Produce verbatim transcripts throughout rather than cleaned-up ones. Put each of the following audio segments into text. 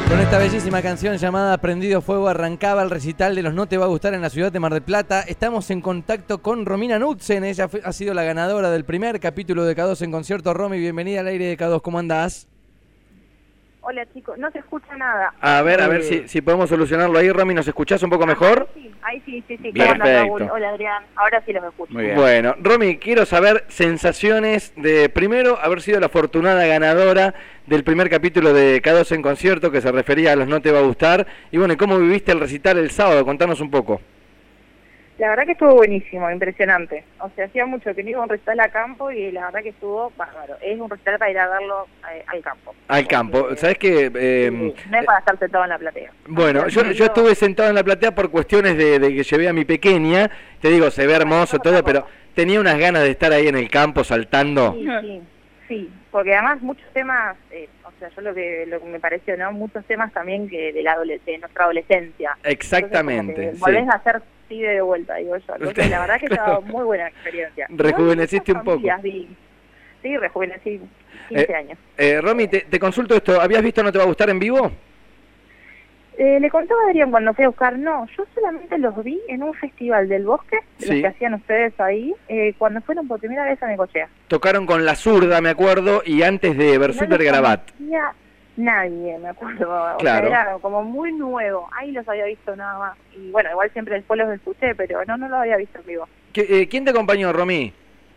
Con esta bellísima canción llamada Prendido Fuego arrancaba el recital de los No Te Va a Gustar en la ciudad de Mar del Plata. Estamos en contacto con Romina Knudsen, ella fue, ha sido la ganadora del primer capítulo de K dos en concierto. Romy, bienvenida al aire de K dos, ¿cómo andás? Hola chicos, no se escucha nada. A ver, a ver si, si podemos solucionarlo ahí. Romy, ¿nos escuchás un poco mejor? Sí, ahí sí, sí, sí. Bien, ¿Cómo andas, perfecto. Raúl? Hola Adrián, ahora sí los escucho. Muy bien. Bueno, Romy, quiero saber sensaciones de, primero, haber sido la afortunada ganadora del primer capítulo de K dos en concierto, que se refería a los No Te Va a Gustar. Y bueno, ¿cómo viviste el recital el sábado? Contanos un poco. La verdad que estuvo buenísimo, impresionante. O sea, hacía mucho que no iba a un recital a campo y la verdad que estuvo bárbaro. Es un recital para ir a verlo eh, al campo. Al campo. ¿Sabés qué? Eh, sí, no es para estar sentado en la platea. Bueno, o sea, yo, yo estuve sentado en la platea por cuestiones de, de que llevé a mi pequeña. Te digo, se ve hermoso todo, pero tenía unas ganas de estar ahí en el campo saltando. Sí, sí, sí. Porque además muchos temas, eh, o sea, yo lo que, lo que me pareció, ¿no? Muchos temas también que de, la adole de nuestra adolescencia. Exactamente. Entonces, volvés sí. a hacer pibe de vuelta, digo yo. Entonces, la verdad que estaba muy buena experiencia. Rejuveneciste un poco. Vi. Sí, rejuvenecí quince eh, años. Eh, Romy, te, te consulto esto. ¿Habías visto No Te Va a Gustar en vivo? Eh, le contaba a Adrián cuando fui a buscar, no, yo solamente los vi en un festival del bosque, Sí. los que hacían ustedes ahí, eh, cuando fueron por primera vez a Necochea. Tocaron con La Zurda, me acuerdo, y antes de Versuter No los Grabat. conocía nadie, me acuerdo. O Claro. sea, era como muy nuevo. Ahí los había visto nada más. Y bueno, igual siempre después los escuché, pero no, no los había visto en vivo. ¿Qué, eh, ¿Quién te acompañó, Romy?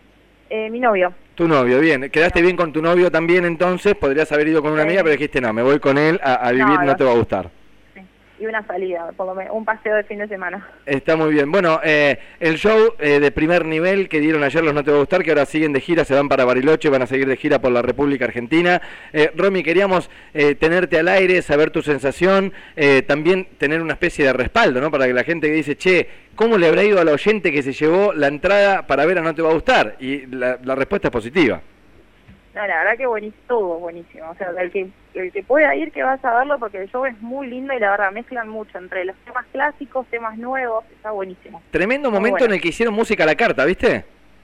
Eh, mi novio. Tu novio, bien. ¿Quedaste bien con tu novio también entonces? Podrías haber ido con una Sí. amiga, pero dijiste no, me voy con él a, a vivir No, No, Te Va a Gustar. Sí. Y una salida, por lo menos, un paseo de fin de semana. Está muy bien. Bueno, eh, el show eh, de primer nivel que dieron ayer los No Te Va a Gustar, que ahora siguen de gira, se van para Bariloche, van a seguir de gira por la República Argentina. Eh, Romy, queríamos eh, tenerte al aire, saber tu sensación, eh, también tener una especie de respaldo, ¿no? Para que la gente que dice, che, ¿cómo le habrá ido al oyente que se llevó la entrada para ver a No Te Va a Gustar? Y la, la respuesta es positiva. No, la verdad que buenísimo, todo buenísimo. O sea, el que, el que pueda ir, que vas a verlo, porque el show es muy lindo y la verdad mezclan mucho entre los temas clásicos, temas nuevos, está buenísimo. Tremendo Muy momento bueno. en el que hicieron música a la carta, ¿viste?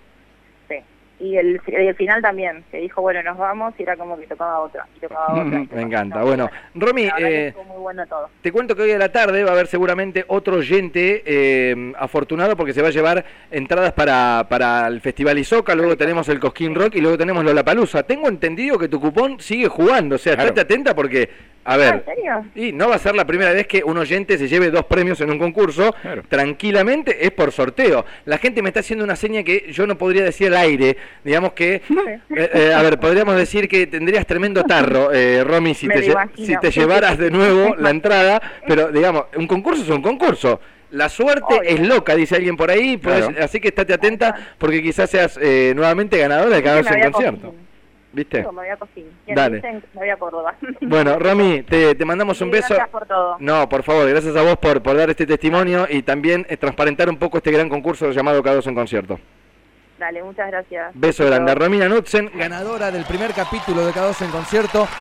Sí. Y el, y el final también, que dijo, bueno, nos vamos, y era como que tocaba otra, y tocaba otra. y Me tocaba- encanta. no, Bueno, Romy, la verdad que eh, estuvo muy bueno todo. te cuento que hoy a la tarde va a haber seguramente otro oyente eh, afortunado porque se va a llevar entradas para, para el Festival Isoca, luego tenemos el Cosquín Rock y luego tenemos Lollapalooza. Tengo entendido que tu cupón sigue jugando, o sea, Claro. estate atenta porque, a Ah, ver, ¿en serio? y no va a ser la primera vez que un oyente se lleve dos premios en un concurso, Claro. tranquilamente es por sorteo. La gente me está haciendo una seña que yo no podría decir al aire, digamos que, eh, eh, a ver, podríamos decir que tendrías tremendo tarro, eh, Romy, si Me te, lo lle- imagino. si te llevaras de nuevo la entrada, pero digamos, un concurso es un concurso. La suerte Obvio. es loca, dice alguien por ahí, pues, Claro. así que estate atenta porque quizás seas eh, nuevamente ganadora de K dos Me en había concierto. cogido. ¿Viste? Digo, me voy a Cosquín. Y Dale. dicen que me voy a Córdoba. Bueno, Romy, te, te mandamos un Sí, beso. gracias por todo. No, por favor, gracias a vos por, por dar este testimonio y también eh, transparentar un poco este gran concurso llamado K dos en concierto. Dale, muchas gracias. Beso grande. Romina Knudsen, ganadora del primer capítulo de K dos en concierto.